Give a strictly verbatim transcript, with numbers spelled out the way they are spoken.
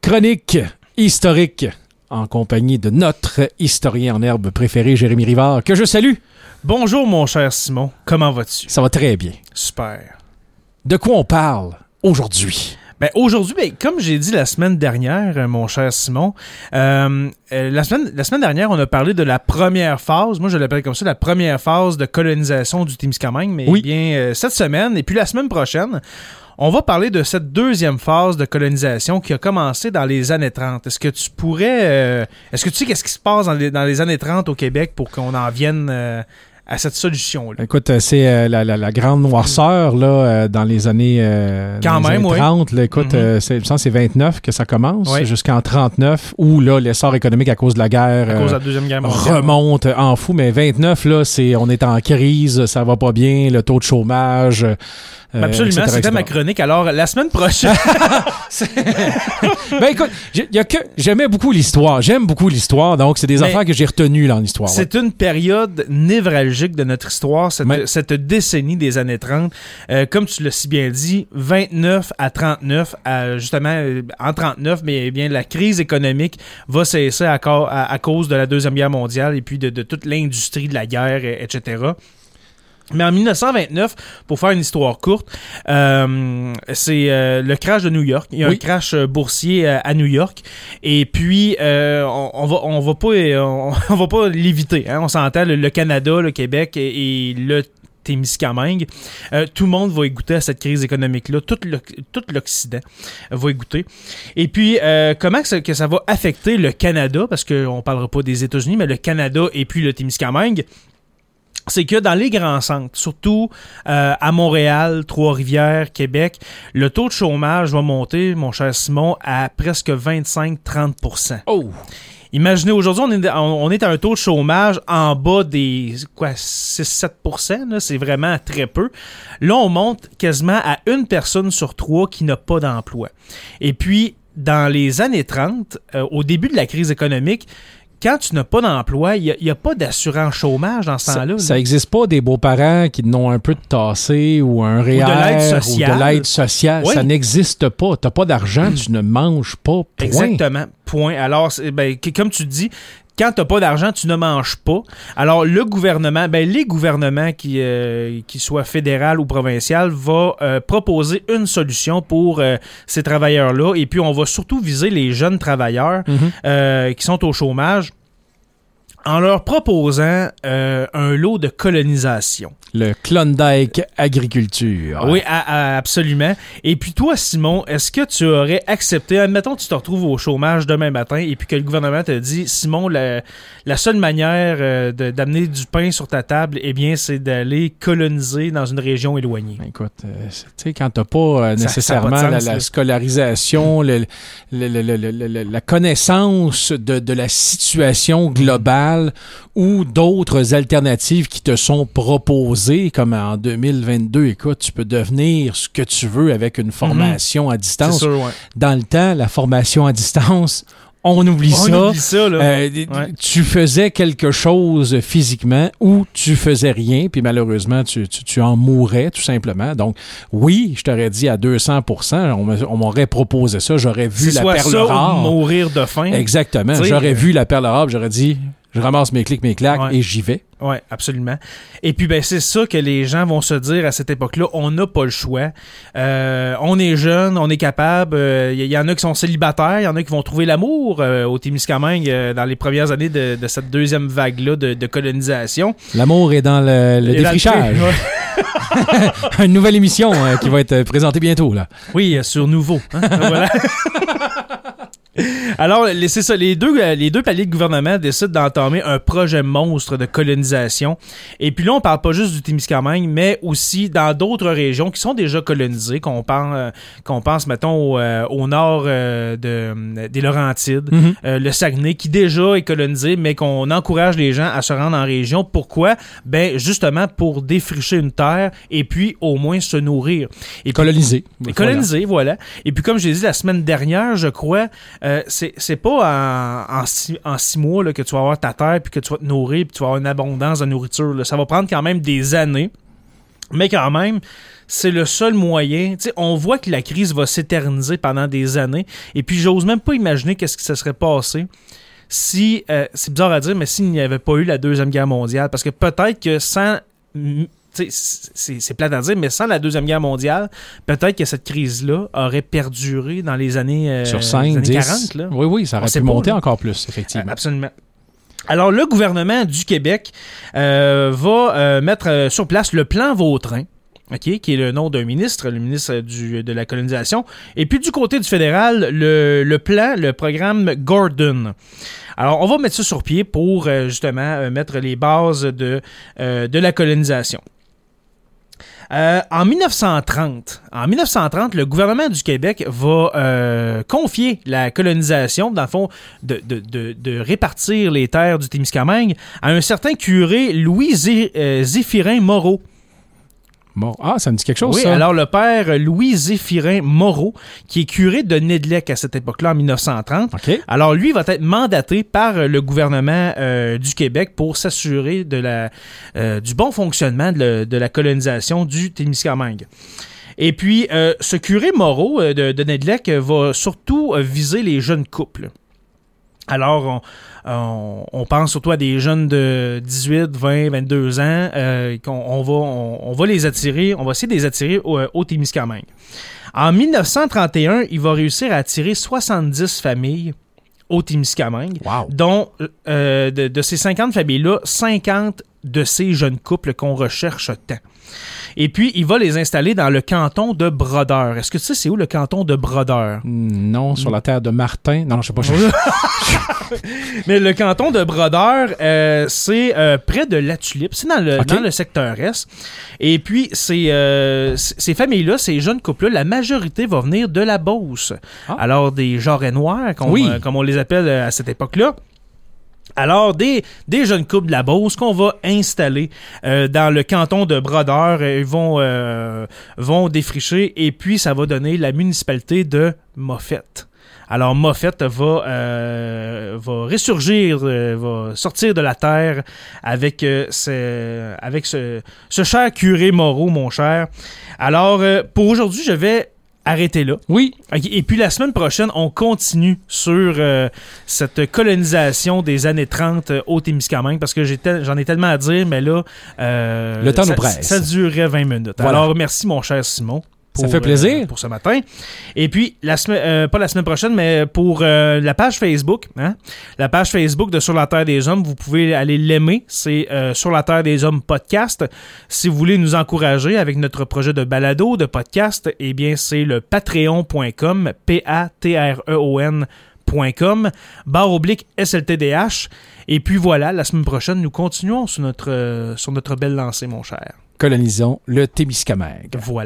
Chronique historique en compagnie de notre historien en herbe préféré, Jérémy Rivard, que je salue. Bonjour mon cher Simon, comment vas-tu? Ça va très bien. Super. De quoi on parle aujourd'hui? Ben aujourd'hui, ben, comme j'ai dit la semaine dernière, mon cher Simon, euh, euh, la, semaine, la semaine dernière, on a parlé de la première phase, moi je l'appelle comme ça, la première phase de colonisation du Témiscamingue, mais oui. bien euh, cette semaine, et puis la semaine prochaine, on va parler de cette deuxième phase de colonisation qui a commencé dans les années trente. Est-ce que tu pourrais... Euh, est-ce que tu sais qu'est-ce qui se passe dans les, dans les années trente au Québec pour qu'on en vienne... Euh, à cette solution-là. Écoute, c'est euh, la, la, la grande noirceur là, euh, dans les années, euh, Quand dans les même, années trente. Là, écoute, mm-hmm. euh, c'est, je pense que c'est vingt-neuf que ça commence, oui. jusqu'en trente-neuf, où là, l'essor économique à cause de la guerre, à cause de la euh, Deuxième Guerre mondiale, remonte en fou. Mais vingt-neuf, là, c'est, on est en crise, ça va pas bien, le taux de chômage... Euh, Absolument, et cetera, c'était et cetera ma chronique. Alors, la semaine prochaine... ben écoute, y a que, j'aimais beaucoup l'histoire. J'aime beaucoup l'histoire, donc c'est des Mais affaires que j'ai retenues dans l'histoire. C'est ouais. une période névralgique de notre histoire, cette, Mais... cette décennie des années trente. Euh, comme tu l'as si bien dit, vingt-neuf à trente-neuf, à, justement, euh, en trente-neuf, mais eh bien la crise économique va cesser à, à, à cause de la Deuxième Guerre mondiale et puis de, de toute l'industrie de la guerre, et cetera. Mais en dix-neuf cent vingt-neuf, pour faire une histoire courte, euh, c'est euh, le crash de New York. Il y a oui. un crash boursier à, à New York. Et puis, euh, on, on va, on va pas, on, on va pas l'éviter. Hein. On s'entend, le, le Canada, le Québec et, et le Témiscamingue, euh, tout le monde va y goûter à cette crise économique-là. Tout, le, tout l'Occident va y goûter. Et puis, euh, comment que ça, que ça va affecter le Canada, parce qu'on parlera pas des États-Unis, mais le Canada et puis le Témiscamingue, c'est que dans les grands centres, surtout euh, à Montréal, Trois-Rivières, Québec, le taux de chômage va monter, mon cher Simon, à presque vingt-cinq à trente pour cent. Oh! Imaginez, aujourd'hui, on est, on est à un taux de chômage en bas des quoi, six à sept pour cent, là, c'est vraiment très peu. Là, on monte quasiment à une personne sur trois qui n'a pas d'emploi. Et puis, dans les années trente, euh, au début de la crise économique, quand tu n'as pas d'emploi, il n'y a, a pas d'assurance chômage dans ce temps-là. Ça n'existe pas des beaux-parents qui n'ont un peu de tassé ou un R E E R ou de l'aide sociale. Ou de l'aide sociale. Oui. Ça n'existe pas. Tu n'as pas d'argent, tu ne manges pas. Point. Exactement. Point. Alors, ben, comme tu dis, quand tu n'as pas d'argent, tu ne manges pas. Alors, le gouvernement, ben, les gouvernements, qui, euh, qui soient fédéral ou provincial, vont euh, proposer une solution pour euh, ces travailleurs-là. Et puis, on va surtout viser les jeunes travailleurs mm-hmm. euh, qui sont au chômage en leur proposant euh, un lot de colonisation. Le Klondike agriculture. Oui, à, à, absolument. Et puis toi, Simon, est-ce que tu aurais accepté, admettons que tu te retrouves au chômage demain matin et puis que le gouvernement te dit, Simon, la, la seule manière euh, de, d'amener du pain sur ta table, eh bien, c'est d'aller coloniser dans une région éloignée. Écoute, euh, tu sais, quand t'as pas euh, nécessairement ça, ça pas sens, la, la scolarisation, le, le, le, le, le, le, la connaissance de, de la situation globale, ou d'autres alternatives qui te sont proposées, comme en deux mille vingt-deux, écoute, tu peux devenir ce que tu veux avec une formation mm-hmm. à distance. C'est sûr, ouais. Dans le temps, la formation à distance, on oublie on ça. Oublie ça là. Euh, ouais. Tu faisais quelque chose physiquement ou tu faisais rien, puis malheureusement, tu, tu, tu en mourais tout simplement. Donc, oui, je t'aurais dit à deux cents pour cent, on, on m'aurait proposé ça, j'aurais vu C'est la perle ça, rare. Ou mourir de faim. Exactement. T'sais, j'aurais euh... vu la perle rare, j'aurais dit... Je ramasse mes clics, mes claques ouais. et j'y vais. Oui, absolument. Et puis, ben c'est ça que les gens vont se dire à cette époque-là. On n'a pas le choix. Euh, on est jeune, on est capable. Il euh, y, y en a qui sont célibataires, il y en a qui vont trouver l'amour euh, au Témiscamingue euh, dans les premières années de, de cette deuxième vague-là de, de colonisation. L'amour est dans le, le défrichage. Une nouvelle émission euh, qui va être présentée bientôt, là. Oui, sur Nouveau. Hein? Voilà. Alors, c'est ça, les deux, les deux paliers de gouvernement décident d'entamer un projet monstre de colonisation. Et puis là, on parle pas juste du Témiscamingue, mais aussi dans d'autres régions qui sont déjà colonisées, qu'on pense, qu'on pense mettons, au, au nord euh, de, des Laurentides, mm-hmm. euh, le Saguenay, qui déjà est colonisé, mais qu'on encourage les gens à se rendre en région. Pourquoi? Ben, justement, pour défricher une terre et puis au moins se nourrir. Et coloniser. Puis, coloniser, voilà. voilà. Et puis, comme je l'ai dit la semaine dernière, je crois, euh, c'est, c'est pas en, en, six, en six mois là, que tu vas avoir ta terre puis que tu vas te nourrir puis tu vas avoir une abondance de nourriture. Là. Ça va prendre quand même des années. Mais quand même, c'est le seul moyen. T'sais, on voit que la crise va s'éterniser pendant des années. Et puis, j'ose même pas imaginer qu'est-ce qui se serait passé si, euh, c'est bizarre à dire, mais s'il n'y avait pas eu la Deuxième Guerre mondiale. Parce que peut-être que sans... C'est, c'est plate à dire, mais sans la Deuxième Guerre mondiale, peut-être que cette crise-là aurait perduré dans les années, euh, Sur cinq, les années dix. quarante. Là. Oui, oui, ça aurait pu monter là. Encore plus, effectivement. Euh, absolument. Alors, le gouvernement du Québec euh, va euh, mettre euh, sur place le plan Vautrin, okay, qui est le nom d'un ministre, le ministre du, de la colonisation. Et puis, du côté du fédéral, le, le plan, le programme Gordon. Alors, on va mettre ça sur pied pour, euh, justement, euh, mettre les bases de, euh, de la colonisation. Euh, en dix-neuf cent trente, en dix-neuf cent trente, le gouvernement du Québec va euh, confier la colonisation, dans le fond, de, de, de, de répartir les terres du Témiscamingue à un certain curé Louis Zé, euh, Zéphirin Moreau. Bon. Ah, ça me dit quelque chose, oui, ça. Oui, alors le père Louis Zéphirin Moreau, qui est curé de Nedlec à cette époque-là, en dix-neuf cent trente. Okay. Alors lui va être mandaté par le gouvernement euh, du Québec pour s'assurer de la, euh, du bon fonctionnement de, le, de la colonisation du Témiscamingue. Et puis, euh, ce curé Moreau euh, de, de Nedlec va surtout euh, viser les jeunes couples. Alors, on, on, on pense surtout à des jeunes de dix-huit, vingt, vingt-deux ans, euh, qu'on on va, on, on va les attirer, on va essayer de les attirer au, au Témiscamingue. En dix-neuf cent trente et un, il va réussir à attirer soixante-dix familles au Témiscamingue, wow. dont euh, de, de ces cinquante familles-là, cinquante de ces jeunes couples qu'on recherche tant. Et puis, il va les installer dans le canton de Brodeur. Est-ce que tu sais c'est où le canton de Brodeur? Non, sur la terre de Martin. Non, je sais pas. Je... Mais le canton de Brodeur, euh, c'est euh, près de La Tulipe. C'est dans le, okay. dans le secteur Est. Et puis, ces, euh, ces familles-là, ces jeunes couples-là, la majorité va venir de la Beauce. Ah. Alors, des jarrets noirs, comme, oui. euh, comme on les appelle à cette époque-là. Alors, des, des jeunes couples de la Beauce qu'on va installer euh, dans le canton de Brodeur, ils vont, euh, vont défricher et puis ça va donner la municipalité de Moffett. Alors, Moffett va, euh, va ressurgir, euh, va sortir de la terre avec, euh, ce, avec ce, ce cher curé Moreau, mon cher. Alors, euh, pour aujourd'hui, je vais... arrêtez là. Oui. Et puis la semaine prochaine, on continue sur euh, cette colonisation des années trente euh, au Témiscamingue parce que j'ai tel, j'en ai tellement à dire, mais là... Euh, le temps ça, nous presse. Ça durerait vingt minutes. Voilà. Alors, merci mon cher Simon. Pour, ça fait plaisir. Euh, pour ce matin. Et puis, la semaine, euh, pas la semaine prochaine, mais pour euh, la page Facebook, hein, la page Facebook de Sur la Terre des Hommes, vous pouvez aller l'aimer. C'est euh, Sur la Terre des Hommes podcast. Si vous voulez nous encourager avec notre projet de balado, de podcast, eh bien, c'est le patreon point com, P A T R E O N point com, barre oblique S L T D H. Et puis voilà, la semaine prochaine, nous continuons sur notre, euh, sur notre belle lancée, mon cher. Colonisons le Témiscamingue. Voilà.